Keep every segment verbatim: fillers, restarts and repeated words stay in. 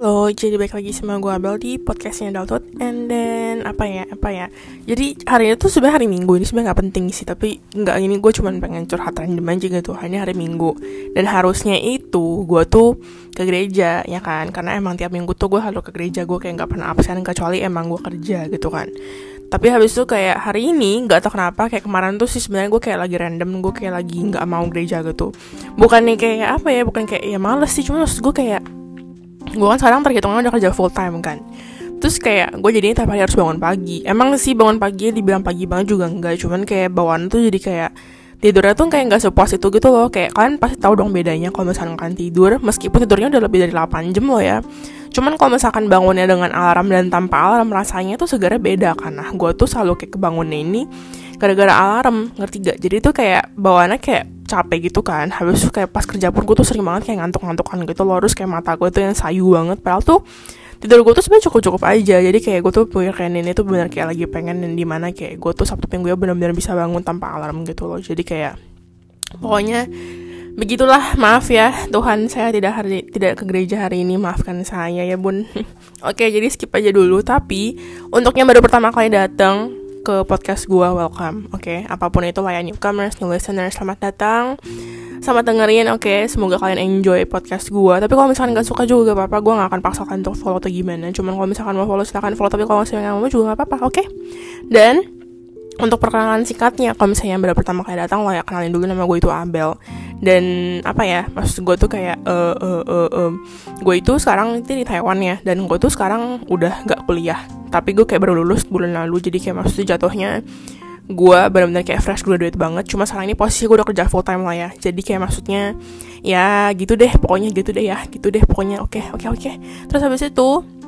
Lo jadi balik lagi sama gue Abel di podcastnya Daltot. And then apa ya apa ya jadi hari ini tuh sebenarnya hari Minggu, ini sebenarnya nggak penting sih, tapi nggak, ini gue cuma pengen curhat random aja gitu. Hari ini hari Minggu dan harusnya itu gue tuh ke gereja ya kan, karena emang tiap minggu tuh gue harus ke gereja. Gue kayak nggak pernah absen kecuali emang gue kerja gitu kan. Tapi habis itu kayak hari ini nggak tahu kenapa, kayak kemarin tuh sih sebenarnya gue kayak lagi random, gue kayak lagi nggak mau gereja gitu. Bukan nih kayak apa ya, bukan kayak ya males sih, cuma maksud gue kayak gue kan sekarang terhitungnya udah kerja full time kan. Terus kayak gue jadinya tiap hari harus bangun pagi. Emang sih bangun pagi dibilang pagi banget juga enggak, cuman kayak bawaan tuh jadi kayak tidurnya tuh kayak nggak sepuas itu gitu loh. Kayak kalian pasti tahu dong bedanya kalau misalkan kalian tidur, meskipun tidurnya udah lebih dari delapan jam loh ya. Cuman kalau misalkan bangunnya dengan alarm dan tanpa alarm, rasanya tuh sebenarnya beda kan. Nah gue tuh selalu kayak kebangunnya ini gara-gara alarm, ngerti gak? Jadi tuh kayak bawaannya kayak capek gitu kan. Habis itu kayak pas kerja pun gue tuh sering banget kayak ngantuk-ngantukan gitu loh. Terus kayak mata gue tuh yang sayu banget. Padahal tuh tidur gue tuh sebenarnya cukup-cukup aja. Jadi kayak gue tuh punya kayak ini tuh bener kayak lagi pengen dan dimana kayak gue tuh Sabtu Minggu ya benar-benar bisa bangun tanpa alarm gitu loh. Jadi kayak pokoknya begitulah. Maaf ya Tuhan, saya tidak hari tidak ke gereja hari ini, maafkan saya ya bun. Oke, jadi skip aja dulu. Tapi untuk yang baru pertama kali datang ke podcast gue, welcome. Oke, apapun itu lah ya, newcomers, new listeners, selamat datang, selamat dengerin. Oke, semoga kalian enjoy podcast gue. Tapi kalau misalkan gak suka juga gak apa-apa, gue gak akan paksa kalian untuk follow atau gimana. Cuman kalau misalkan mau follow silahkan follow, tapi kalau misalkan gak mau juga gak apa-apa. Oke, dan untuk perkenalan singkatnya, kalau misalnya yang baru pertama kali datang, lo ya kenalin dulu, nama gue itu Abel. Dan apa ya, maksud gue tuh kayak uh, uh, uh, uh, gue itu sekarang itu di Taiwan ya. Dan gue tuh sekarang udah gak kuliah, tapi gue kayak baru lulus bulan lalu. Jadi kayak maksudnya jatuhnya gue benar-benar kayak fresh graduate banget. Cuma sekarang ini posisi gue udah kerja full time lah ya. Jadi kayak maksudnya ya gitu deh, pokoknya gitu deh ya, gitu deh pokoknya. Oke oke oke. Terus habis itu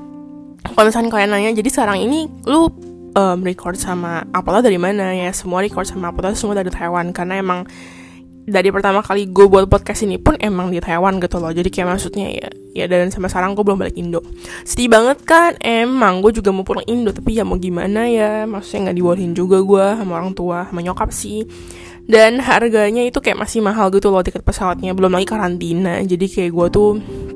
kalau misalnya kalian nanya, jadi sekarang ini lu um, record sama upload dari mana ya? Semua record sama upload semua dari Taiwan, karena emang dari pertama kali gue buat podcast ini pun emang di Taiwan gitu loh. Jadi kayak maksudnya ya ya dan sampai sekarang gue belum balik Indo. Sedih banget kan, emang gue juga mau pulang Indo, tapi ya mau gimana ya, maksudnya nggak dibolehin juga gue sama orang tua, sama nyokap sih. Dan harganya itu kayak masih mahal gitu loh tiket pesawatnya, belum lagi karantina. Jadi kayak gue tuh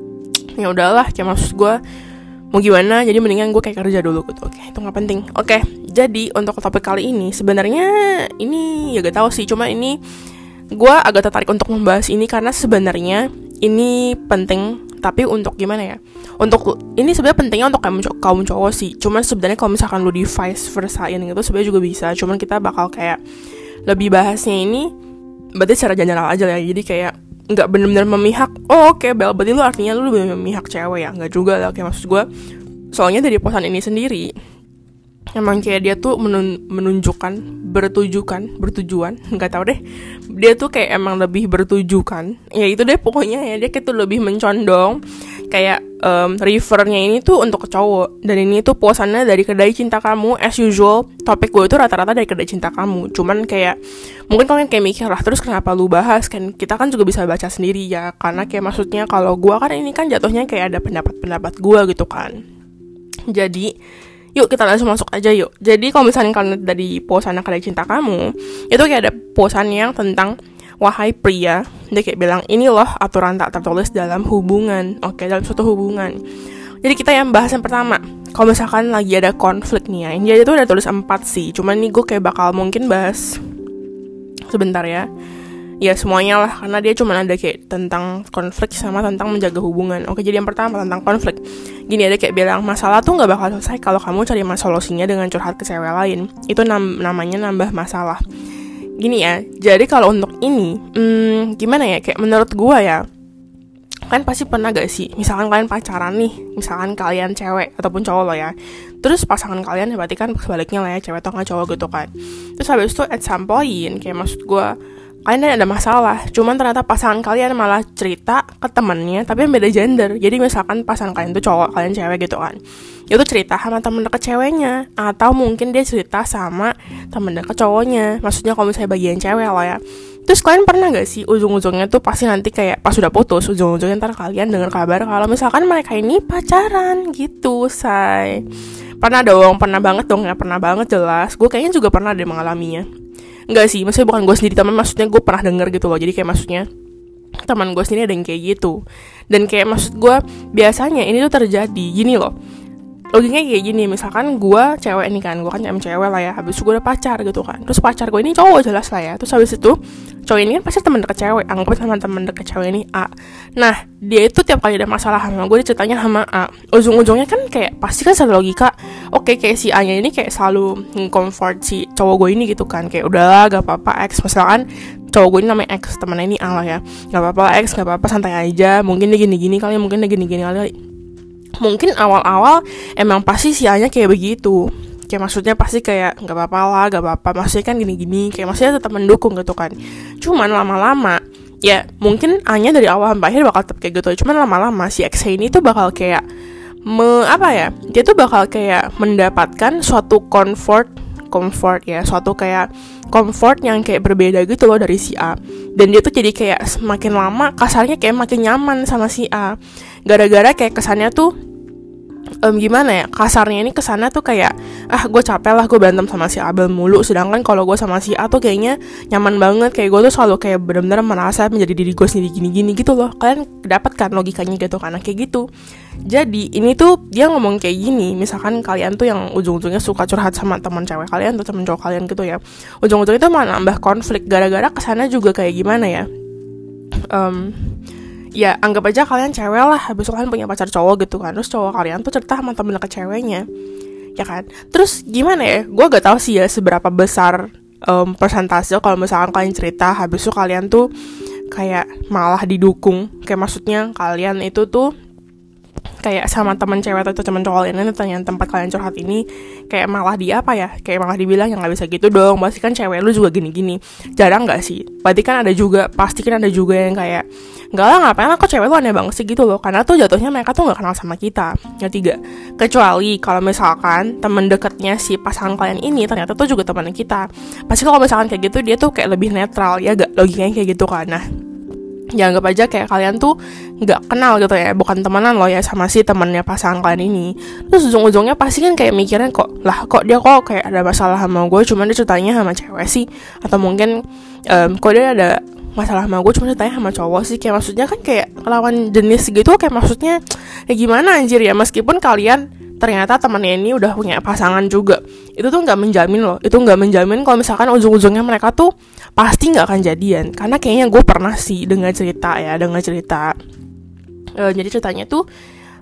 ya udahlah, kayak maksud gue mau gimana, jadi mendingan gue kayak kerja dulu gitu. Oke, itu nggak penting. Oke, jadi untuk topik kali ini sebenarnya ini ya gak tahu sih, cuma ini gue agak tertarik untuk membahas ini karena sebenarnya ini penting. Tapi untuk gimana ya, untuk ini sebenarnya pentingnya untuk kaum, kaum cowok sih. Cuman sebenarnya kalau misalkan lu di vice versain gitu sebenarnya juga bisa. Cuman kita bakal kayak lebih bahasnya ini berarti secara general aja lah ya. Jadi kayak nggak benar-benar memihak. Oh oke okay, Bel, berarti lu artinya lu lebih memihak cewek ya? Nggak juga lah. Kayak maksud gue, soalnya dari posan ini sendiri emang kayak dia tuh menun- menunjukkan bertujukan bertujuan nggak tahu deh, dia tuh kayak emang lebih bertujukan ya itu deh pokoknya ya. Dia kayak tuh lebih mencondong kayak um, refernya ini tuh untuk cowok, dan ini tuh posannya dari Kedai Cinta Kamu. As usual topik gue itu rata-rata dari Kedai Cinta Kamu. Cuman kayak mungkin kalian kayak mikir lah, terus kenapa lu bahas, kan kita kan juga bisa baca sendiri ya. Karena kayak maksudnya kalau gue kan ini kan jatuhnya kayak ada pendapat-pendapat gue gitu kan. Jadi yuk kita langsung masuk aja yuk. Jadi kalau misalnya kalian dari posan Kedai Cinta Kamu, itu kayak ada posan yang tentang wahai pria, dia kayak bilang ini loh aturan tak tertulis dalam hubungan. Oke, dalam suatu hubungan. Jadi kita yang bahas yang pertama, kalau misalkan lagi ada konflik nih ya, ini dia tuh udah tulis empat sih, cuman nih gue kayak bakal mungkin bahas sebentar ya. Ya semuanya lah, karena dia cuma ada kayak tentang konflik sama tentang menjaga hubungan. Oke, jadi yang pertama tentang konflik. Gini, ada kayak bilang masalah tuh gak bakal selesai kalau kamu cari solusinya dengan curhat ke cewek lain. Itu nam- namanya nambah masalah. Gini ya, jadi kalau untuk ini hmm, gimana ya, kayak menurut gue ya, kan pasti pernah gak sih, misalkan kalian pacaran nih, misalkan kalian cewek ataupun cowok lo ya, terus pasangan kalian ya berarti kan sebaliknya lah ya, cewek atau gak cowok gitu kan. Terus habis itu at some point, kayak maksud gue kalian ada masalah, cuman ternyata pasangan kalian malah cerita ke temannya tapi yang beda gender. Jadi misalkan pasangan kalian tuh cowok, kalian cewek gitu kan, itu cerita sama temen deket ceweknya, atau mungkin dia cerita sama temen deket cowoknya, maksudnya kalau misalnya bagian cewek lah ya. Terus kalian pernah gak sih ujung-ujungnya tuh pasti nanti kayak pas udah putus, ujung-ujungnya ntar kalian dengar kabar kalau misalkan mereka ini pacaran gitu, say. Pernah dong, pernah banget dong ya, pernah banget jelas. Gue kayaknya juga pernah deh mengalaminya. Enggak sih, maksudnya bukan gue sendiri, teman, maksudnya gue pernah denger gitu loh. Jadi kayak maksudnya teman gue sendiri ada yang kayak gitu. Dan kayak maksud gue biasanya ini tuh terjadi gini loh, logikanya kayak gini, misalkan gue cewek nih kan, gue kan em cewek lah ya, habis itu gue udah pacar gitu kan, terus pacar gue ini cowok jelas lah ya, terus habis itu cowok ini kan pasti teman deket cewek, anggap teman-teman deket cewek ini A. Nah dia itu tiap kali ada masalah sama gue, dia ceritanya sama A, ujung-ujungnya kan kayak pasti kan secara logika, oke okay, kayak si A nya ini kayak selalu comfort si cowok gue ini gitu kan, kayak udahlah gak apa-apa X, misalkan cowok gue ini namanya X, temennya ini A lah ya, gak apa-apa X, gak apa-apa santai aja, mungkin dia gini-gini kali, mungkin dia gini-gini kali. Mungkin awal-awal emang pasti si A-nya kayak begitu, kayak maksudnya pasti kayak nggak apa-apa lah, nggak apa-apa, maksudnya kan gini-gini, kayak maksudnya tetap mendukung gitu kan. Cuman lama-lama ya mungkin A-nya dari awal sampai akhir bakal tetap kayak gitu, cuman lama-lama si X ini tuh bakal kayak me, apa ya, dia tuh bakal kayak mendapatkan suatu comfort comfort ya, suatu kayak comfort yang kayak berbeda gitu loh dari si A. Dan dia tuh jadi kayak semakin lama kasarnya kayak makin nyaman sama si A, gara-gara kayak kesannya tuh Um, gimana ya, kasarnya ini kesana tuh kayak ah gue capek lah gue berantem sama si Abel mulu, sedangkan kalau gue sama si A tuh kayaknya nyaman banget, kayak gue tuh selalu kayak benar-benar merasa menjadi diri gue sendiri gini-gini gitu loh. Kalian dapat kan logikanya gitu kan, kayak gitu. Jadi ini tuh dia ngomong kayak gini, misalkan kalian tuh yang ujung-ujungnya suka curhat sama teman cewek kalian atau teman cowok kalian gitu ya, ujung-ujungnya tuh malah nambah konflik, gara-gara kesana juga kayak gimana ya, um, ya anggap aja kalian cewek lah, habis itu kalian punya pacar cowok gitu kan, terus cowok kalian tuh cerita sama temen deket ceweknya, ya kan, terus gimana ya, gue gak tahu sih ya seberapa besar um, persentase kalau misalkan kalian cerita, habis itu kalian tuh kayak malah didukung, kayak maksudnya kalian itu tuh kayak sama teman cewek atau teman cowok ini tanya tempat kalian curhat ini kayak malah di apa ya, kayak malah dibilang yang nggak bisa gitu dong, pasti kan cewek lu juga gini-gini. Jarang nggak sih, berarti kan ada juga, pasti kan ada juga yang kayak nggak lah ngapain lah kok cewek lu aneh banget sih gitu loh, karena tuh jatuhnya mereka tuh nggak kenal sama kita. Yang tiga, kecuali kalau misalkan teman dekatnya si pasangan kalian ini ternyata tuh juga teman kita, pasti kalau misalkan kayak gitu dia tuh kayak lebih netral ya, gak logikanya kayak gitu kan. Nah ya anggap aja kayak kalian tuh nggak kenal gitu ya, bukan temenan loh ya sama si temannya pasangan kalian ini, terus ujung-ujungnya pasti kan kayak mikirnya kok lah kok dia kok kayak ada masalah sama gue, cuman dia ceritanya sama cewek sih, atau mungkin um, kok dia ada masalah sama gue cuma ceritanya sama cowok sih, kayak maksudnya kan kayak lawan jenis gitu, kayak maksudnya ya gimana anjir ya, meskipun kalian ternyata temannya ini udah punya pasangan juga, itu tuh nggak menjamin loh, itu nggak menjamin kalau misalkan ujung-ujungnya mereka tuh pasti nggak akan jadian, karena kayaknya gue pernah sih dengar cerita ya, dengar cerita, uh, jadi ceritanya tuh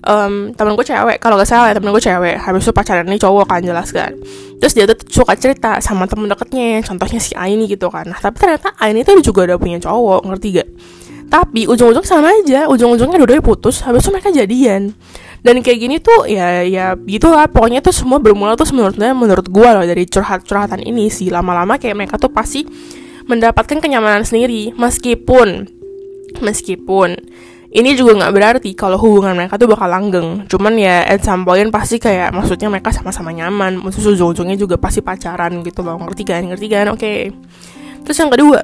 um, temen gue cewek, kalau nggak salah ya temen gue cewek, habis itu pacaran ini cowok kan jelas kan, terus dia tuh suka cerita sama temen deketnya, contohnya si A ini gitu kan, nah tapi ternyata A ini tuh juga udah punya cowok, ngerti gak? Tapi ujung-ujung sama aja, ujung-ujungnya dua-duanya putus, habis itu mereka jadian. Dan kayak gini tuh ya ya gitulah, pokoknya tuh semua bermula tuh menurutnya menurut gue loh dari curhat-curhatan ini sih, lama-lama kayak mereka tuh pasti mendapatkan kenyamanan sendiri, meskipun meskipun ini juga nggak berarti kalau hubungan mereka tuh bakal langgeng, cuman ya at some point pasti kayak maksudnya mereka sama-sama nyaman, maksudnya ujung-ujungnya juga pasti pacaran gitu loh, ngerti kan ngerti kan oke. Okay. Terus yang kedua,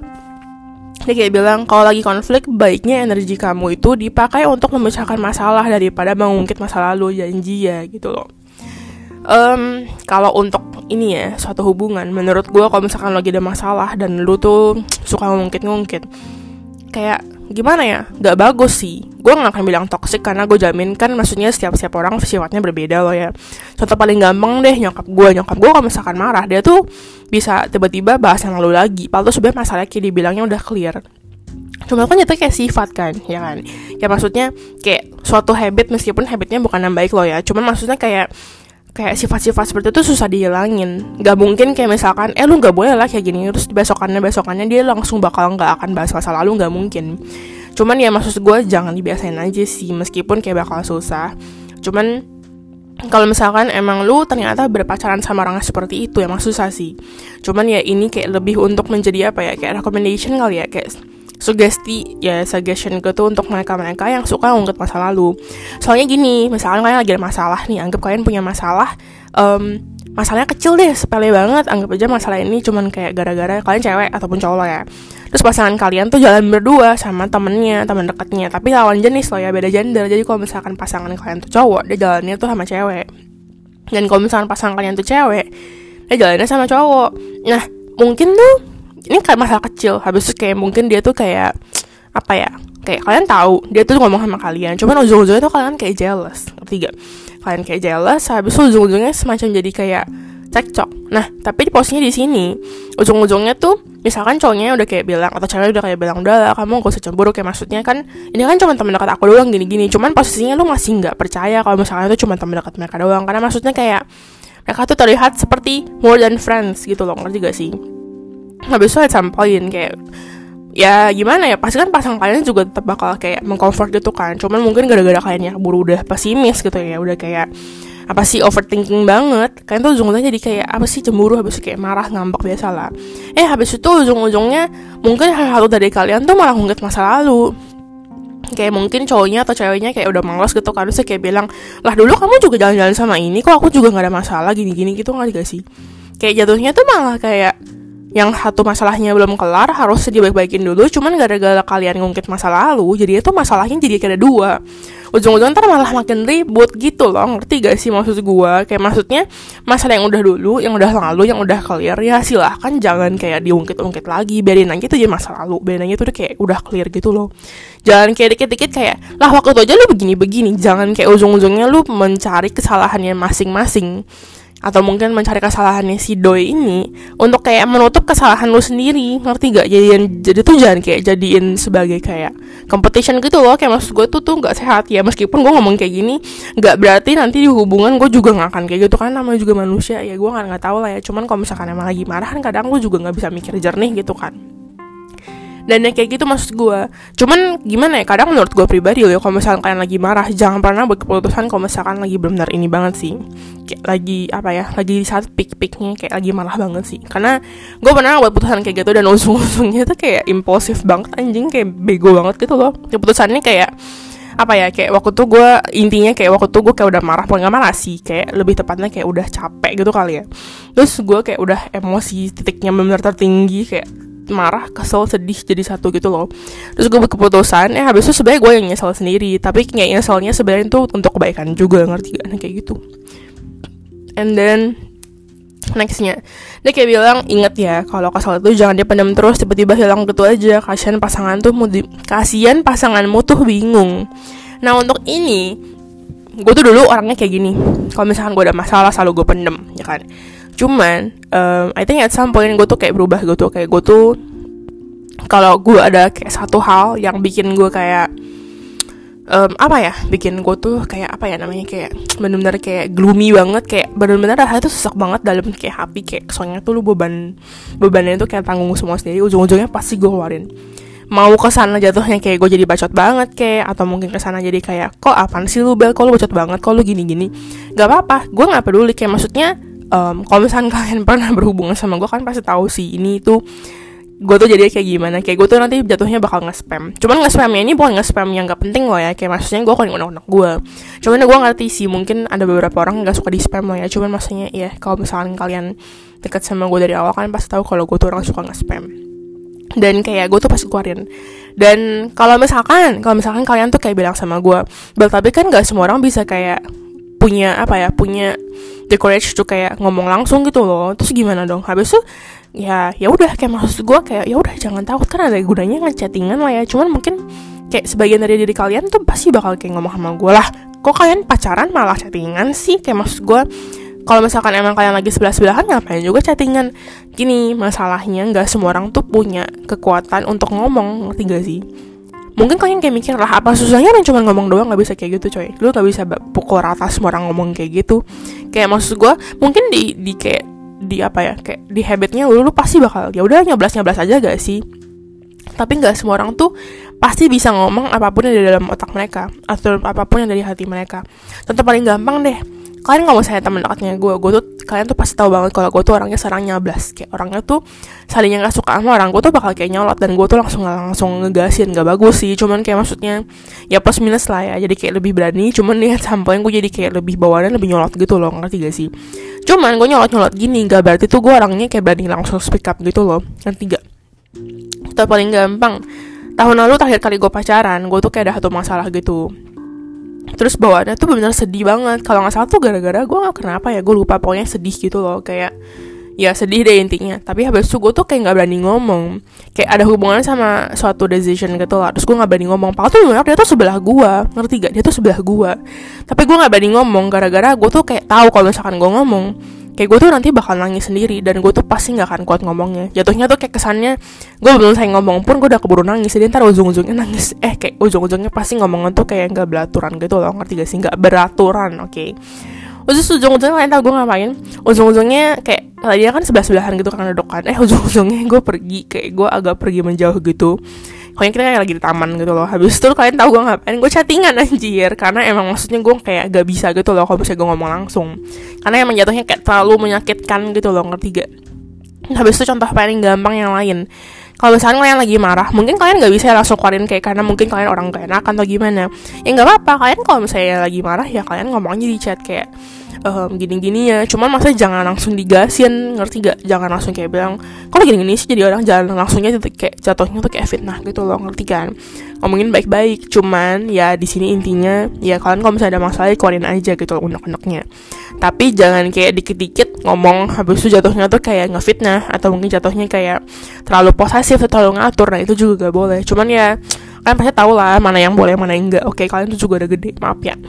dia kayak bilang kalau lagi konflik baiknya energi kamu itu dipakai untuk memecahkan masalah daripada mengungkit masa lalu, janji ya gitu loh. Um, kalau untuk ini ya suatu hubungan, menurut gue kalau misalkan lagi ada masalah dan lu tuh suka ngungkit-ngungkit, kayak gimana ya, gak bagus sih. Gue gak akan bilang toxic karena gue jamin kan maksudnya setiap-setiap orang sifatnya berbeda loh ya. Contoh paling gampang deh, nyokap gue Nyokap gue kalau misalkan marah, dia tuh bisa tiba-tiba bahas yang lalu lagi, padahal tuh sebenarnya masalahnya kayak dibilangnya udah clear. Cuma kan jatuh kayak sifat kan, ya kan. Ya maksudnya kayak suatu habit, meskipun habitnya bukan yang baik loh ya, cuman maksudnya kayak kayak sifat-sifat seperti itu susah dihilangin. Gak mungkin kayak misalkan eh lu gak boleh lah kayak gini, terus besokannya besokannya dia langsung bakal gak akan bahas masa lalu, gak mungkin. Cuman ya maksud gue jangan dibiasain aja sih, meskipun kayak bakal susah. Cuman kalau misalkan emang lu ternyata berpacaran sama orang seperti itu, emang susah sih. Cuman ya ini kayak lebih untuk menjadi apa ya, kayak recommendation kali ya, kayak sugesti ya, suggestion gitu untuk mereka-mereka yang suka ngungkit masa lalu. Soalnya gini, misalkan kalian lagi ada masalah nih, anggap kalian punya masalah, um, masalahnya kecil deh, sepele banget, anggap aja masalah ini cuman kayak gara-gara kalian cewek ataupun cowok ya. Terus pasangan kalian tuh jalan berdua sama temennya, teman dekatnya, tapi lawan jenis loh ya, beda gender. Jadi kalau misalkan pasangan kalian tuh cowok, dia jalannya tuh sama cewek. Dan kalau misalkan pasangan kalian tuh cewek, dia jalannya sama cowok. Nah, mungkin tuh ini kayak masalah kecil, habis itu kayak mungkin dia tuh kayak apa ya, kayak kalian tahu dia tuh ngomong sama kalian, cuman ujung-ujungnya tuh kalian kayak jealous, ngerti gak? Kalian kayak jealous, habis itu ujung-ujungnya semacam jadi kayak cekcok. Nah, tapi di posisinya di sini, ujung-ujungnya tuh misalkan cowoknya udah kayak bilang atau ceweknya udah kayak bilang, udah lah kamu gak usah cemburu, kayak maksudnya kan ini kan cuma teman dekat aku doang gini-gini. Cuman posisinya lu masih nggak percaya kalau misalkan itu cuma teman dekat mereka doang, karena maksudnya kayak mereka tuh terlihat seperti more than friends gitu loh, ngerti gak sih? Habis itu at some point kayak ya gimana ya, pasti kan pasangan kalian juga tetap bakal kayak mengcomfort gitu kan. Cuman mungkin gara-gara kaliannya keburu udah pesimis gitu ya, udah kayak apa sih overthinking banget, kalian tuh ujung-ujungnya jadi kayak apa sih cemburu, habis itu kayak marah, ngambek biasa lah. Eh habis itu ujung-ujungnya mungkin hal satu dari kalian tuh malah ngungkit masa lalu. Kayak mungkin cowoknya atau ceweknya kayak udah malas gitu kan, terus kayak bilang, lah dulu kamu juga jalan-jalan sama ini kok, aku juga gak ada masalah gini-gini gitu, nggak gak sih? Kayak jatuhnya tuh malah kayak yang satu masalahnya belum kelar harusnya dibaik-baikin dulu, cuman gara-gara kalian ngungkit masa lalu jadinya tuh masalahnya jadi kayak ada dua. Ujung-ujungnya ntar malah makin ribut gitu loh, ngerti gak sih maksud gue? Kayak maksudnya masalah yang udah dulu, yang udah lalu, yang udah clear, ya silahkan jangan kayak diungkit-ungkit lagi, biarin aja itu jadi masa lalu, biarin aja itu udah kayak udah clear gitu loh. Jangan kayak dikit-dikit kayak, lah waktu itu aja lu begini-begini, jangan kayak ujung-ujungnya lu mencari kesalahannya masing-masing, atau mungkin mencari kesalahannya si doi ini untuk kayak menutup kesalahan lu sendiri, ngerti gak? Jadian, jadi tuh jangan kayak jadiin sebagai kayak competition gitu loh. Kayak maksud gue tuh tuh gak sehat ya. Meskipun gue ngomong kayak gini gak berarti nanti di hubungan gue juga gak akan kayak gitu, kan namanya juga manusia ya. Gue gak, gak tahu lah ya, cuman kalau misalkan emang lagi marah kan kadang gue juga gak bisa mikir jernih gitu kan. Dan ya kayak gitu maksud gue. Cuman gimana ya, kadang menurut gue pribadi loh, kalau misalkan kalian lagi marah, jangan pernah buat keputusan kalau misalkan lagi benar-benar ini banget sih, kayak lagi apa ya, lagi di saat peak-peaknya, kayak lagi marah banget sih. Karena gue pernah buat keputusan kayak gitu dan ujung-ujungnya tuh kayak impulsif banget, anjing, kayak bego banget gitu loh. Keputusannya kayak apa ya, kayak waktu tuh gue intinya kayak waktu tuh gue kayak udah marah, bukan gak marah sih, kayak lebih tepatnya kayak udah capek gitu kali ya. Terus gue kayak udah emosi titiknya benar-benar tertinggi, kayak marah, kesel, sedih jadi satu gitu loh. Terus gue berkeputusan, eh habis itu sebenarnya gue yang nyesel sendiri, tapi kayak nyeselnya sebenarnya itu untuk kebaikan juga, ngerti gak? Nah, kayak gitu. And then nextnya dia kayak bilang, inget ya kalau kesel itu jangan dipendam terus, tiba-tiba hilang gitu aja. Kasian pasangan tuh kasian pasanganmu tuh bingung. Nah untuk ini gue tuh dulu orangnya kayak gini, kalau misalkan gue ada masalah selalu gue pendem, ya kan. Cuman um, I think at some point gue tuh kayak berubah gitu. Kayak gue tuh kalau gue ada kayak satu hal yang bikin gue kayak um, apa ya, bikin gue tuh kayak apa ya namanya, kayak benar-benar kayak gloomy banget, kayak benar-benar rasanya tuh sesak banget dalam kayak hati, kayak soalnya tuh lu beban bebannya tuh kayak tanggung semua sendiri. Ujung-ujungnya pasti gue keluarin. Mau kesana jatuhnya kayak gue jadi bacot banget kayak, atau mungkin kesana jadi kayak, kok apaan sih lu Bel, kok lu bacot banget, kok lu gini-gini. Gak apa-apa, gue gak peduli. Kayak maksudnya Um, kalau misalnya kalian pernah berhubungan sama gue kan pasti tahu sih ini tuh gue tuh jadi kayak gimana. Kayak gue tuh nanti jatuhnya bakal nge-spam. Cuman nge-spamnya ini bukan nge-spam yang gak penting loh ya. Kayak maksudnya gue akan unek-unek gue. Cuman gue ngerti sih mungkin ada beberapa orang gak suka di spam loh ya. Cuman maksudnya ya kalau misalnya kalian deket sama gue dari awal, kalian pasti tahu kalau gue tuh orang suka nge-spam. Dan kayak gue tuh pasti keluarin. Dan kalau misalkan kalau misalkan kalian tuh kayak bilang sama gue, Bel, tapi kan gak semua orang bisa kayak punya apa ya, punya the courage tuh kayak ngomong langsung gitu loh. Terus gimana dong? Habis tuh ya ya udah, kayak maksud gue kayak ya udah jangan takut, kan ada gunanya nge-chattingan lah ya. Cuman mungkin kayak sebagian dari diri kalian tuh pasti bakal kayak ngomong sama gue, lah kok kalian pacaran malah chattingan sih. Kayak maksud gue kalau misalkan emang kalian lagi sebelah-sebelahan ngapain juga chattingan. Gini masalahnya, nggak semua orang tuh punya kekuatan untuk ngomong, ngerti gak sih? Mungkin kalian kayak mikir, lah apa susahnya orang cuma ngomong doang, gak bisa kayak gitu coy. Lu gak bisa pukul rata semua orang ngomong kayak gitu. Kayak maksud gue mungkin di di kayak di apa ya, kayak di habitnya lu, lu pasti bakal ya udah nyablas-nyablas aja gak sih. Tapi gak semua orang tuh pasti bisa ngomong apapun yang dari dalam otak mereka atau apapun yang dari hati mereka. Contoh paling gampang deh, kalian kalau saya teman dekatnya gue, gue tuh kalian tuh pasti tahu banget kalau gue tuh orangnya serang nyablas. Kayak orangnya tuh salingnya nggak suka sama orang, gue tuh bakal kayak nyolot, dan gue tuh langsung langsung ngegasin. Gak bagus sih, cuman kayak maksudnya ya plus minus lah ya. Jadi kayak lebih berani, cuman lihat sampai gue jadi kayak lebih bawaannya lebih nyolot gitu loh, ngerti gak sih? Cuman gue nyolot nyolot gini gak berarti tuh gue orangnya kayak berani langsung speak up gitu loh, ngerti gak? Itu paling gampang. Tahun lalu terakhir kali gue pacaran, gue tuh kayak ada satu masalah gitu. Terus bawaannya tuh benar-benar sedih banget. Kalau nggak salah tuh gara-gara gue nggak kenapa ya, gue lupa, pokoknya sedih gitu loh. Kayak ya sedih deh intinya. Tapi habis itu gue tuh kayak nggak berani ngomong, kayak ada hubungan sama suatu decision gitu lah, terus gue nggak berani ngomong. Padahal tuh bener dia tuh sebelah gue, ngerti gak, dia tuh sebelah gue, tapi gue nggak berani ngomong gara-gara gue tuh kayak tahu kalau misalkan gue ngomong kayak gue tuh nanti bakal nangis sendiri, dan gue tuh pasti nggak akan kuat ngomongnya. Jatuhnya tuh kayak kesannya gue belum selesai ngomong pun gue udah keburu nangis, jadi ntar ujung-ujungnya nangis, eh kayak ujung-ujungnya pasti ngomongnya tuh kayak nggak beraturan gitu loh, ngerti gak sih, nggak beraturan, oke okay? Terus ujung-ujungnya kalian tau gue ngapain? Ujung-ujungnya kayak tadinya kan sebelah-sebelahan gitu kan duduk kan, eh ujung-ujungnya gue pergi, kayak gue agak pergi menjauh gitu. Pokoknya kita kayak lagi di taman gitu loh. Habis itu kalian tahu gue ngapain? Gue chattingan anjir, karena emang maksudnya gue kayak gak bisa gitu loh kalau misalnya gue ngomong langsung, karena emang jatuhnya kayak terlalu menyakitkan gitu loh, ngerti gak? Habis itu contoh paling gampang yang lain, kalau misalnya kalian lagi marah, mungkin kalian gak bisa langsung keluarin kayak karena mungkin kalian orang gak enakan atau gimana. Ya gak apa-apa, kalian kalau misalnya lagi marah ya kalian ngomongnya di chat kayak Um, gini-gini ya, cuman maksudnya jangan langsung digasin, ngerti gak? Jangan langsung kayak bilang kalau gini-gini sih, jadi orang jangan langsungnya tuh kayak jatuhnya tuh kayak fitnah gitu loh, ngerti kan? Ngomongin baik-baik, cuman ya di sini intinya ya kalian kalau misalnya ada masalah keluarin aja gitu loh unek-uneknya, tapi jangan kayak dikit-dikit ngomong habis itu jatuhnya tuh kayak ngefitnah, atau mungkin jatuhnya kayak terlalu posesif atau terlalu ngatur. Nah itu juga gak boleh, cuman ya kalian pasti tahu lah mana yang boleh mana yang enggak. Oke, kalian tuh juga udah gede, maaf ya.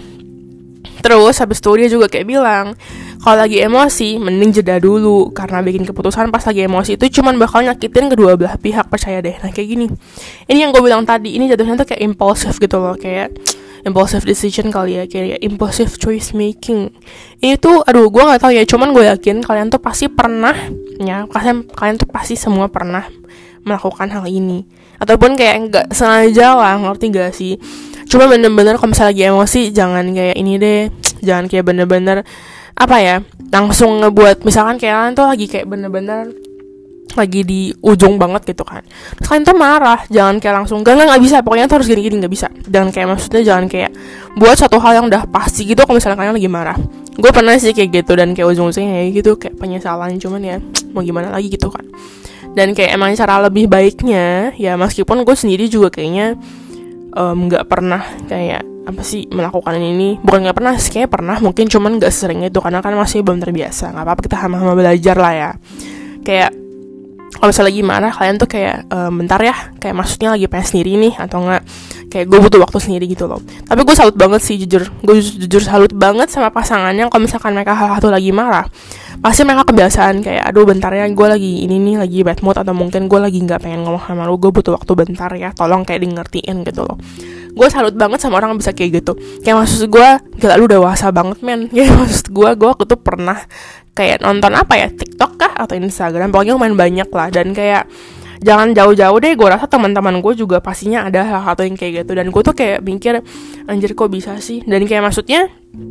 Terus habis itu dia juga kayak bilang kalau lagi emosi mending jeda dulu, karena bikin keputusan pas lagi emosi itu cuman bakal nyakitin kedua belah pihak, percaya deh. Nah kayak gini, ini yang gue bilang tadi, ini jatuhnya tuh kayak impulsif gitu loh, kayak impulsive decision kali ya, kayak impulsive choice making. Ini tuh aduh gue nggak tahu ya, cuman gue yakin kalian tuh pasti pernah ya, kalian kalian tuh pasti semua pernah melakukan hal ini, ataupun kayak nggak sengaja lah, ngerti gak sih? Cuma bener-bener kalau misalnya lagi emosi jangan kayak ini deh, jangan kayak bener-bener apa ya, langsung ngebuat misalkan kayak kalian tuh lagi kayak bener-bener lagi di ujung banget gitu kan, terus kalian tuh marah, jangan kayak langsung gak, gak, gak bisa, pokoknya tuh harus gini-gini, gak bisa. Jangan kayak maksudnya jangan kayak buat satu hal yang udah pasti gitu kalau misalnya kalian lagi marah. Gue pernah sih kayak gitu, dan kayak ujung-ujungnya kayak gitu, kayak penyesalan, cuman ya mau gimana lagi gitu kan. Dan kayak emang cara lebih baiknya ya, meskipun gue sendiri juga kayaknya nggak um, pernah kayak apa sih melakukan ini, bukan nggak pernah sih, kayak pernah mungkin, cuman nggak sering itu karena kan masih belum terbiasa. Nggak apa-apa, kita sama-sama belajar lah ya. Kayak kalau misalnya lagi marah kalian tuh kayak e, bentar ya, kayak maksudnya lagi pengen sendiri nih, atau enggak kayak gue butuh waktu sendiri gitu loh. Tapi gue salut banget sih, jujur gue jujur salut banget sama pasangannya kalau misalkan mereka hal satu lagi marah, pasti mereka kebiasaan kayak aduh bentar ya, gue lagi ini nih lagi bad mood, atau mungkin gue lagi nggak pengen ngomong sama lu, gue butuh waktu bentar ya, tolong kayak di ngertiin gitu loh. Gue salut banget sama orang yang bisa kayak gitu. Kayak maksud gue gila, lu dewasa banget men. Ya maksud gue gue waktu tuh pernah kayak nonton apa ya, TikTok kah atau Instagram, pokoknya lumayan banyak lah. Dan kayak jangan jauh-jauh deh, gue rasa teman-teman gue juga pastinya ada hal-hal yang kayak gitu. Dan gue tuh kayak mikir anjir kok bisa sih. Dan kayak maksudnya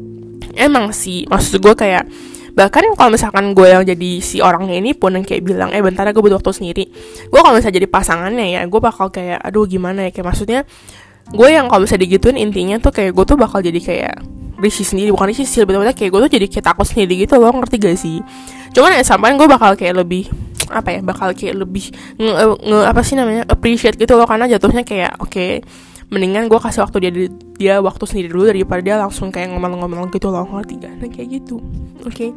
emang sih, maksud gue kayak bahkan kalau misalkan gue yang jadi si orangnya ini pun yang kayak bilang eh bentar ya gue butuh waktu sendiri, gue kalau misalnya jadi pasangannya ya, gue bakal kayak aduh gimana ya, kayak maksudnya gue yang kalau misalnya digituin intinya tuh kayak gue tuh bakal jadi kayak risih sendiri, bukan risih sih, betul-betul kayak gue tuh jadi kayak takut sendiri gitu loh, ngerti gak sih? Cuman ya sampai gue bakal kayak lebih apa ya, bakal kayak lebih nge, nge apa sih namanya appreciate gitu loh, karena jatuhnya kayak oke okay, mendingan gue kasih waktu dia dia waktu sendiri dulu daripada dia langsung kayak ngomong-ngomong gitu loh, ngerti gak? Nah kayak gitu, oke okay.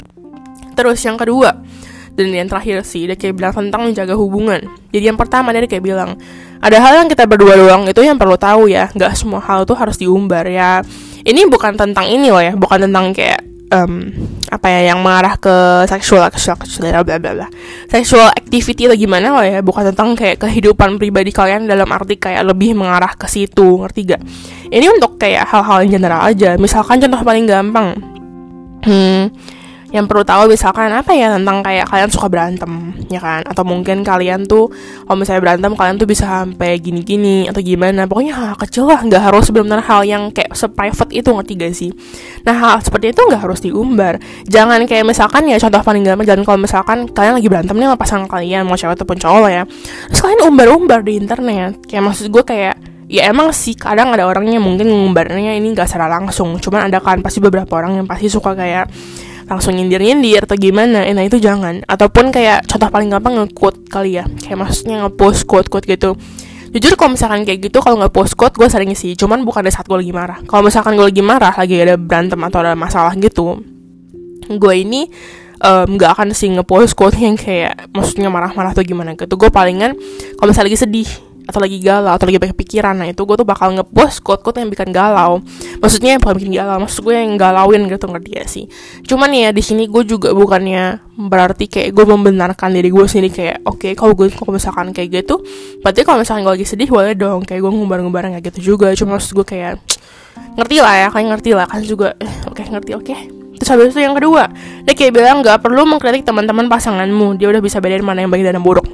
Terus yang kedua dan yang terakhir sih, dia kayak bilang tentang menjaga hubungan. Jadi yang pertama dia kayak bilang ada hal yang kita berdua doang itu yang perlu tahu ya, nggak semua hal tuh harus diumbar ya. Ini bukan tentang ini loh ya, bukan tentang kayak um, apa ya yang mengarah ke seksual seksual seksual bla bla bla sexual activity atau gimana loh ya, bukan tentang kayak kehidupan pribadi kalian dalam arti kayak lebih mengarah ke situ, ngerti gak? Ini untuk kayak hal-hal yang general aja. Misalkan contoh paling gampang, hmm yang perlu tahu misalkan apa ya, tentang kayak kalian suka berantem ya kan, atau mungkin kalian tuh kalau misalnya berantem kalian tuh bisa sampai gini-gini atau gimana, pokoknya hal kecil lah, nggak harus benar-benar hal yang kayak se-private itu, ngerti gak sih? Nah hal seperti itu nggak harus diumbar. Jangan kayak misalkan ya contoh paling gampang, jangan kalau misalkan kalian lagi berantem nih sama pasangan kalian, mau cewek ataupun cowok lah ya, terus kalian umbar-umbar di internet. Kayak maksud gue kayak ya emang sih kadang ada orangnya mungkin ngumbarnya ini nggak secara langsung, cuman ada kan pasti beberapa orang yang pasti suka kayak langsung nyindir-nyindir atau gimana, eh, nah itu jangan. Ataupun kayak contoh paling gampang nge-quote kali ya, kayak maksudnya nge-post quote-quote gitu. Jujur kalau misalkan kayak gitu, kalau nge-post quote gue sering sih, cuman bukan di saat gue lagi marah. Kalau misalkan gue lagi marah, lagi ada berantem atau ada masalah gitu, gue ini um, gak akan sih ngepost quote yang kayak maksudnya marah-marah atau gimana gitu. Gue palingan kalau misalnya lagi sedih atau lagi galau atau lagi banyak pikiran, nah itu gue tuh bakal ngepost quote-quote yang bikin galau. Maksudnya bukan bikin galau, maksud gue yang galauin gitu, ngerti ya sih. Cuman ya di sini gue juga bukannya berarti kayak gue membenarkan diri gue sendiri kayak oke okay, kalau gue kalau misalkan kayak gitu, berarti kalau misalkan gue lagi sedih boleh dong kayak gue ngumbar-ngumbar kayak gitu juga. Cuma maksud gue kayak ngerti lah ya, kayak ngerti lah kan juga. Eh, oke okay, ngerti oke. Okay. Terus habis itu yang kedua, dia kayak bilang nggak perlu mengkritik teman-teman pasanganmu, dia udah bisa bedain mana yang baik dan yang buruk.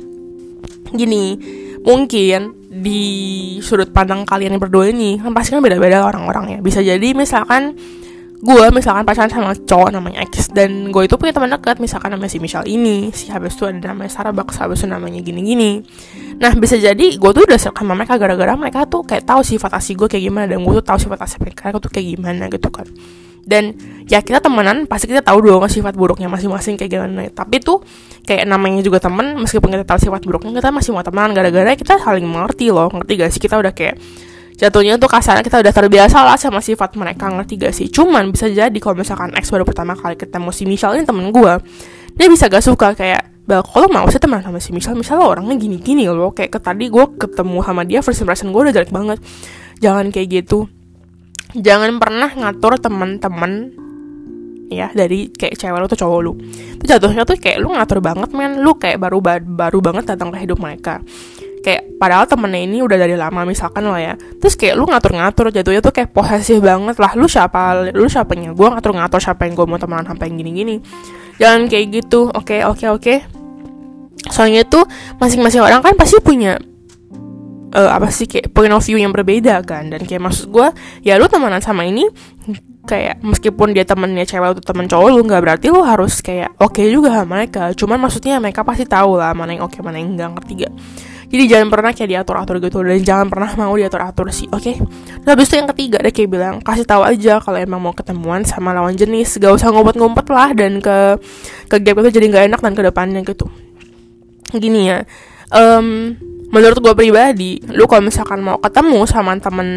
Gini, mungkin di sudut pandang kalian yang berdua ini kan pasti kan beda-beda orang-orangnya. Bisa jadi misalkan gue misalkan pacaran sama cowok namanya X, dan gue itu punya teman dekat misalkan namanya si Michelle ini, si habis itu ada namanya Sarah Baks, habis itu namanya gini-gini. Nah bisa jadi gue tuh udah sama mereka gara-gara mereka tuh kayak tahu sifat asli gue kayak gimana, dan gue tuh tahu sifat asli mereka tuh kayak gimana gitu kan. Dan ya kita temenan pasti kita tahu dong sifat buruknya masing-masing kayak gimana. Tapi tuh kayak namanya juga temen, meskipun kita tahu sifat buruknya, kita masih mau temenan gara-gara kita saling mengerti loh, ngerti gak sih? Kita udah kayak jatuhnya tuh kasarnya kita udah terbiasa lah sama sifat mereka, ngerti gak sih? Cuman bisa jadi kalau misalkan X baru pertama kali ketemu si Michelle ini temen gue, dia bisa gak suka kayak, bah kalau mau sih teman sama si Michelle, Michelle orangnya gini-gini loh. Kayak ke tadi gue ketemu sama dia first impression gue udah jelek banget. Jangan kayak gitu. Jangan pernah ngatur teman-teman ya dari kayak cewek lu tuh cowok lu. Itu jatuhnya tuh kayak lu ngatur banget men, lu kayak baru baru banget datang ke hidup mereka. Kayak padahal temennya ini udah dari lama misalkan lah ya. Terus kayak lu ngatur-ngatur, jatuhnya tuh kayak posesif banget lah. Lu siapa? Lu siapanya? Gua ngatur-ngatur siapa yang gue mau temenan sampai yang gini-gini. Jangan kayak gitu. Oke, oke, oke. Soalnya tuh masing-masing orang kan pasti punya Uh, apa sih kayak point of view yang berbeda kan. Dan kayak maksud gue ya lu temenan sama ini kayak meskipun dia temennya cewek atau temen cowok lu, nggak berarti lu harus kayak oke okay juga sama mereka. Cuman maksudnya mereka pasti tahu lah mana yang oke okay, mana yang enggak, ngerti gak? Jadi jangan pernah kayak diatur-atur gitu, dan jangan pernah mau diatur-atur sih, oke? Okay? Terus habis itu yang ketiga dia kayak bilang kasih tahu aja kalau emang mau ketemuan sama lawan jenis, gak usah ngumpet-ngumpet lah dan ke ke gap itu jadi nggak enak dan ke depannya gitu. Gini ya, um, menurut gue pribadi, lu kalau misalkan mau ketemu sama temen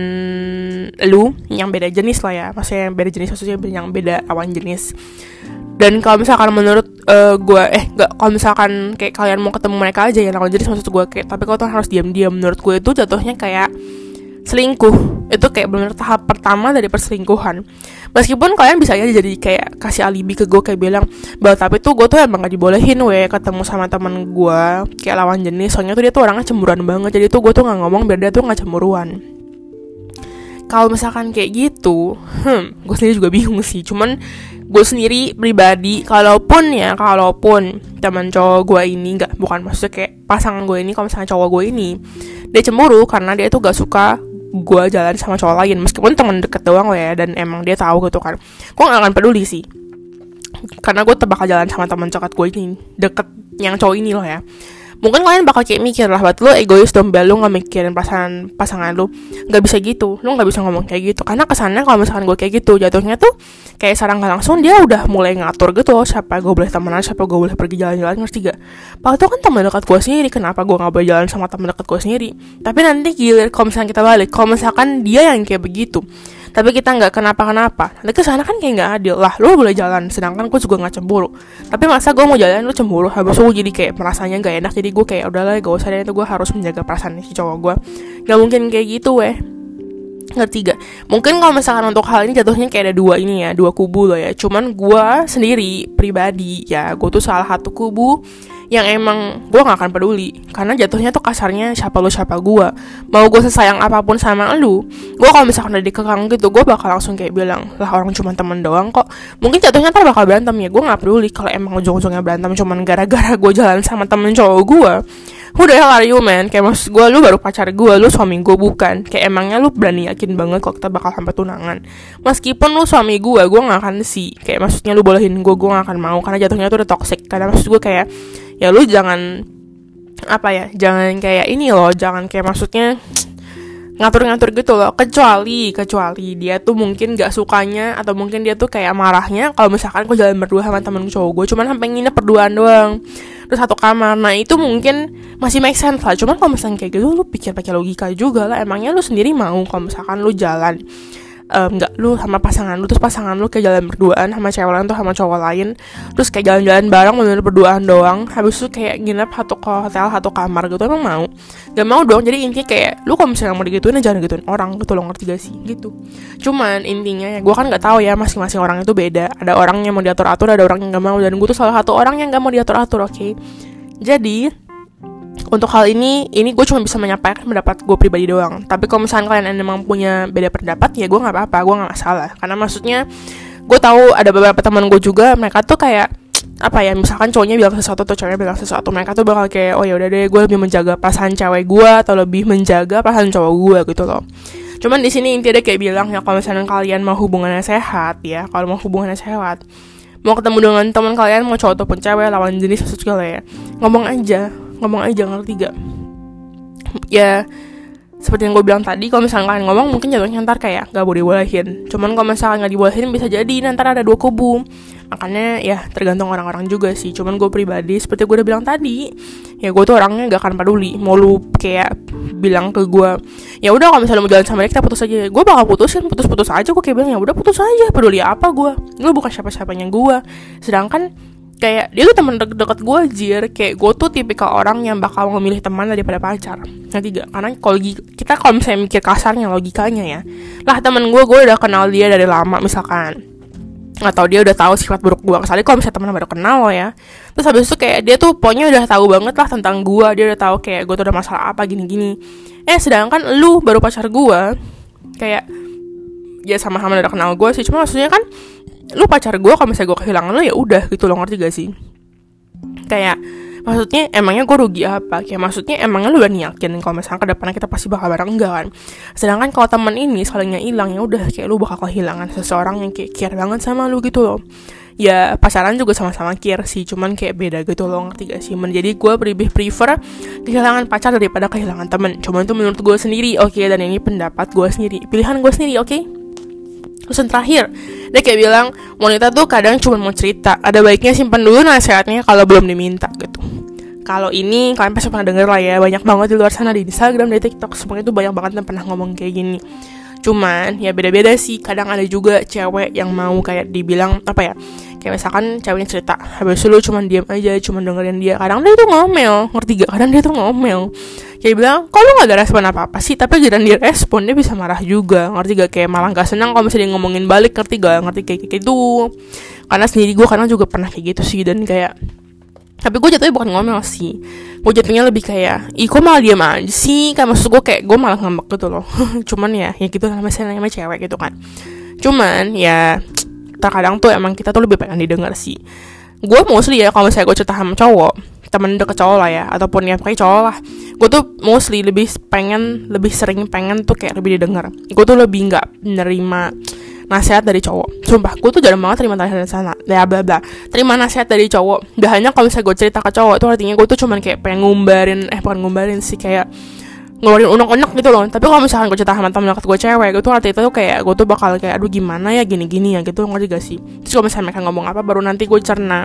lu yang beda jenis lah ya, maksudnya yang beda jenis, maksudnya yang beda lawan jenis. Dan kalau misalkan menurut uh, gue, eh gak, kalau misalkan kayak kalian mau ketemu mereka aja yang lawan jenis, maksud gue kayak, tapi kau tuh harus diam-diam. Menurut gue itu jatuhnya kayak selingkuh. Itu kayak bener tahap pertama dari perselingkuhan. Meskipun kalian bisa aja jadi kayak kasih alibi ke gue kayak bilang, bah tapi tuh gue tuh emang gak dibolehin weh ketemu sama temen gue kayak lawan jenis, soalnya tuh dia tuh orangnya cemburuan banget, jadi tuh gue tuh gak ngomong biar dia tuh gak cemburuan. Kalau misalkan kayak gitu, hmm, gue sendiri juga bingung sih. Cuman gue sendiri pribadi, kalaupun ya, kalaupun teman cowok gue ini gak, bukan maksudnya kayak pasangan gue ini, kalau misalnya cowok gue ini dia cemburu karena dia tuh gak suka gue jalan sama cowok lain, meskipun teman deket doang loh ya, dan emang dia tahu gitu kan, gue gak akan peduli sih, karena gue bakal jalan sama teman dekat gue ini, deket yang cowok ini loh ya. Mungkin kalian bakal kayak mikir lah, buat lu egois dong, bel, lu gak mikirin perasaan pasangan lu. Gak bisa gitu, lu gak bisa ngomong kayak gitu. Karena kesannya kalau misalkan gue kayak gitu, jatuhnya tuh kayak secara gak langsung dia udah mulai ngatur gitu loh, siapa gue boleh temenan, siapa gue boleh pergi jalan-jalan, ngerti gak? Padahal itu kan teman dekat gue sendiri, kenapa gue gak boleh jalan sama teman dekat gue sendiri? Tapi nanti gilir kalau misalkan kita balik, kalau misalkan dia yang kayak begitu, tapi kita nggak kenapa-kenapa, nanti kesana kan kayak nggak adil lah. Lu boleh jalan, sedangkan gue juga nggak cemburu. Tapi masa gue mau jalan lu cemburu, habis itu gue jadi kayak merasanya nggak enak. Jadi gue kayak udahlah, gak usah deh, itu gue harus menjaga perasaan si cowok gue. Nggak mungkin kayak gitu weh, ngerti gak? Mungkin kalau misalkan untuk hal ini jatuhnya kayak ada dua ini ya, dua kubu loh ya. Cuman gue sendiri pribadi ya, gue tuh salah satu kubu yang emang gue gak akan peduli, karena jatuhnya tuh kasarnya siapa lu siapa gue. Mau gue sesayang apapun sama lu, gue kalau misalkan udah dikekang gitu, gue bakal langsung kayak bilang, lah orang cuma temen doang kok. Mungkin jatuhnya ntar bakal berantem ya, gue gak peduli. Kalau emang ujung-ujungnya berantem cuman gara-gara gue jalan sama temen cowok gue, who the hell are you man? Kayak maksud gue, lu baru pacar gue, lu suami gue bukan. Kayak emangnya lu berani yakin banget kok kita bakal sampai tunangan? Meskipun lu suami gue, gue gak akan sih kayak maksudnya lu bolehin gue, gue gak akan mau, karena jatuhnya tuh udah toxic. Karena maksud gue kayak, ya lu jangan apa ya, jangan kayak ini loh, jangan kayak maksudnya ngatur-ngatur gitu loh. Kecuali kecuali dia tuh mungkin gak sukanya, atau mungkin dia tuh kayak marahnya kalau misalkan aku jalan berdua sama temen cowok gue, cuman sampai nginep berduaan doang, terus satu kamar. Nah itu mungkin masih make sense lah. Cuman kalau misalkan kayak gitu, lu pikir pakai logika juga lah. Emangnya lu sendiri mau kalau misalkan lu jalan um, nggak lu sama pasangan lu, terus pasangan lu kayak jalan berduaan sama cewek lain tuh sama cowok lain, terus kayak jalan-jalan bareng bener berduaan doang, habis itu kayak nginep satu hotel satu kamar gitu, emang mau? Gak mau dong. Jadi intinya kayak lu kalau misalnya mau digituin jangan gituin orang gitu, lo ngerti gak sih gitu. Cuman intinya ya gue kan nggak tahu ya, masing-masing orang itu beda, ada orang yang mau diatur-atur, ada orang yang nggak mau, dan gue tuh salah satu orang yang nggak mau diatur-atur. Oke, okay? Jadi untuk hal ini, ini gue cuma bisa menyampaikan pendapat gue pribadi doang. Tapi kalau misalnya kalian emang punya beda pendapat, ya gue nggak apa-apa, gue nggak masalah. Karena maksudnya gue tahu ada beberapa teman gue juga, mereka tuh kayak apa ya, misalkan cowoknya bilang sesuatu atau ceweknya bilang sesuatu, mereka tuh bakal kayak oh ya udah deh, gue lebih menjaga perasaan cewek gue atau lebih menjaga perasaan cowok gue gitu loh. Cuman di sini intinya dia kayak bilang ya, kalau misalnya kalian mau hubungannya sehat ya, kalau mau hubungannya sehat, mau ketemu dengan teman kalian, mau cowok ataupun cewek, lawan jenis maksudnya ya, ngomong aja. ngomong aja, ngerti gak? Ya seperti yang gue bilang tadi, kalau misalnya kalian ngomong mungkin jatuhnya ntar kayak gak boleh dibolehin. Cuman kalau misalnya gak dibolehin bisa jadi ntar ada dua kubu. Makanya ya tergantung orang-orang juga sih. Cuman gue pribadi seperti gue udah bilang tadi, ya gue tuh orangnya gak akan peduli. Mau lu kayak bilang ke gue, ya udah kalau misalnya mau jalan sama dia kita putus aja, gue bakal putusin, putus-putus aja. Gue kayak bilang ya udah putus aja, peduli apa gue? Lu bukan siapa-siapanya gue. Sedangkan kayak dia tuh teman deket gue, jir. Kayak gue tuh tipikal orang yang bakal memilih teman daripada pacar. Nanti gak? Karena kalau kita kalau misalnya mikir kasarnya, logikanya ya, lah teman gue, gue udah kenal dia dari lama misalkan, atau dia udah tahu sifat buruk gue. Kecuali kalau misalnya teman baru kenal lo ya. Terus habis itu kayak dia tuh pokoknya udah tahu banget lah tentang gue. Dia udah tahu kayak gue tuh ada masalah apa gini-gini. Eh sedangkan lu baru pacar gue, kayak ya sama-sama udah kenal gue sih. Cuma maksudnya kan lu pacar gue, kalau misalnya gue kehilangan lu ya udah gitu, lo ngerti gak sih? Kayak maksudnya emangnya gue rugi apa? Kayak maksudnya emangnya lu udah niatin kalau misalnya kedepannya kita pasti bakal bareng, enggak kan? Sedangkan kalau teman ini salingnya hilang, ya udah kayak lu bakal kehilangan seseorang yang kayak care banget sama lu gitu loh. Ya pacaran juga sama-sama care sih, cuman kayak beda gitu loh, ngerti gak sih? Jadi gue lebih prefer kehilangan pacar daripada kehilangan temen. Cuman itu menurut gue sendiri, oke okay? Dan ini pendapat gue sendiri, pilihan gue sendiri, oke? Okay? Terus yang terakhir, dia kayak bilang wanita tuh kadang cuma mau cerita, ada baiknya simpan dulu nasihatnya kalau belum diminta gitu. Kalau ini kalian pasti pernah denger lah ya, banyak banget di luar sana, di Instagram, di TikTok, semuanya tuh banyak banget yang pernah ngomong kayak gini. Cuman ya beda-beda sih, kadang ada juga cewek yang mau kayak dibilang apa ya, kayak misalkan ceweknya cerita, habis itu lu cuma diam aja, cuma dengerin dia. Kadang dia tuh ngomel, ngerti gak? Kadang dia tuh ngomel, kayak bilang, kok lu gak ada respon apa-apa sih? Tapi giliran dia respon, dia bisa marah juga, ngerti gak? Kayak malah gak senang kalau misalnya dia ngomongin balik, ngerti gak? Ngerti kayak gitu. Karena sendiri gue kadang juga pernah kayak gitu sih, dan kayak, tapi gue jatuhnya bukan ngomel sih, gue jatuhnya lebih kayak, ih kok malah diam aja sih? Kayak maksud gue kayak gue malah ngambek gitu loh. Cuman ya, ya gitu namanya, namanya cewek gitu kan. Cuman ya terkadang tuh emang kita tuh lebih pengen didengar sih. Gue mostly ya kalau misalnya gue cerita sama cowok, temen deket cowok lah ya, ataupun ya pakai cowok lah, gue tuh mostly lebih pengen, lebih sering pengen tuh kayak lebih didengar. Gue tuh lebih nggak menerima nasihat dari cowok. Sumpah, gue tuh jarang banget terima nasihat dari sana, ya bla bla. Terima nasihat dari cowok, udah hanya kalau misalnya gue cerita ke cowok, itu artinya gue tuh cuman kayak pengen ngumbarin, eh bukan ngumbarin sih, kayak ngeluarin unek-unek gitu loh. Tapi kalau misalkan gue cerita sama temen deket gue cewek, gue tuh artinya tuh kayak gue tuh bakal kayak aduh gimana ya gini-gini ya gitu, ngerti gak sih? Terus kalau misalnya mereka ngomong apa, baru nanti gue cerna.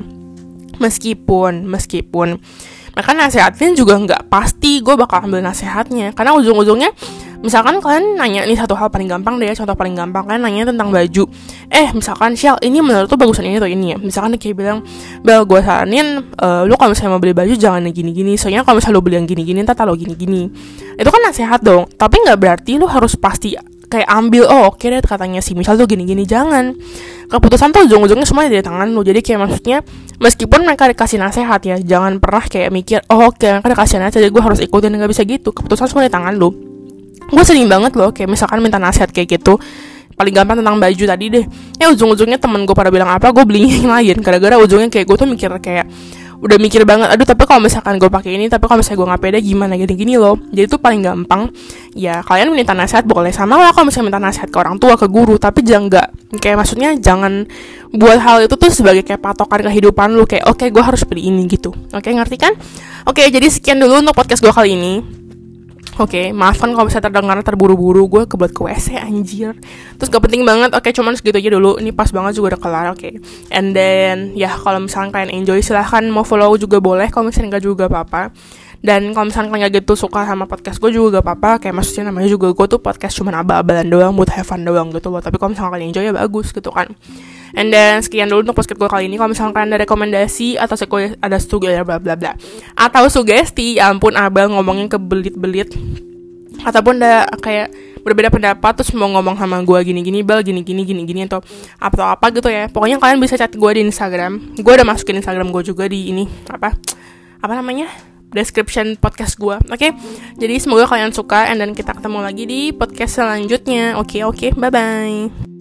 Meskipun, meskipun mereka nasihatin juga nggak pasti gue bakal ambil nasihatnya, karena ujung-ujungnya misalkan kalian nanya nih satu hal paling gampang deh, contoh paling gampang, kalian nanya tentang baju, eh misalkan Syal ini menurut tuh bagusan ini atau ini ya, misalkan dia kayak bilang, Bel gue saranin uh, lu kalau misalnya mau beli baju jangan yang gini-gini, soalnya kalau misalnya lu beli yang gini-gini ntar taruh gini-gini. Itu kan nasihat dong, tapi nggak berarti lu harus pasti kayak ambil, oh oke okay deh katanya si misal tuh gini-gini. Jangan, keputusan tuh ujung-ujungnya semuanya dari tangan lu. Jadi kayak maksudnya meskipun mereka dikasih nasihat ya, jangan pernah kayak mikir oh oke okay, mereka dikasih nasihat jadi gue harus ikutin, nggak bisa gitu. Keputusan semua dari tangan lu. Gue sering banget loh kayak misalkan minta nasihat kayak gitu, paling gampang tentang baju tadi deh, ya ujung-ujungnya temen gue pada bilang apa, gue belinya yang lain, gara-gara ujungnya kayak gue tuh mikir kayak udah mikir banget, aduh tapi kalau misalkan gue pakai ini, tapi kalau misalnya gue nggak pede gimana gini-gini loh. Jadi tuh paling gampang ya kalian minta nasihat boleh, sama lah kalau misalnya minta nasihat ke orang tua, ke guru, tapi jangan nggak kayak maksudnya jangan buat hal itu tuh sebagai kayak patokan kehidupan lu, kayak oke okay, gue harus beli ini gitu. Oke okay, ngerti kan? Oke okay, jadi sekian dulu untuk podcast gue kali ini. Oke, okay, maafkan kalau misalnya terdengar terburu-buru, gue kebelet ke W C anjir. Terus gak penting banget, oke okay, cuman segitu aja dulu. Ini pas banget juga udah kelar, oke okay. And then, ya kalau misalnya kalian enjoy silahkan mau follow juga boleh, kalau misalnya enggak juga apa-apa. Dan kalau misalnya kalian gak gitu suka sama podcast gue juga gak apa-apa, kayak maksudnya namanya juga gue tuh podcast cuman abal-abalan doang, buat have fun doang gitu loh. Tapi kalau misalnya kalian enjoy ya bagus gitu kan. And then sekian dulu untuk podcast gue kali ini. Kalau misalnya kalian ada rekomendasi atau sugesti, ada sugesti bla bla bla atau sugesti, ya ampun abang ngomongin kebelit-belit, ataupun ada kayak berbeda pendapat terus mau ngomong sama gue gini-gini bal gini-gini gini-gini atau atau apa gitu ya, pokoknya kalian bisa chat gue di Instagram. Gue udah masukin Instagram gue juga di ini apa apa namanya description podcast gue. Oke, okay? Jadi semoga kalian suka, and then kita ketemu lagi di podcast selanjutnya. Oke okay, oke okay, bye bye.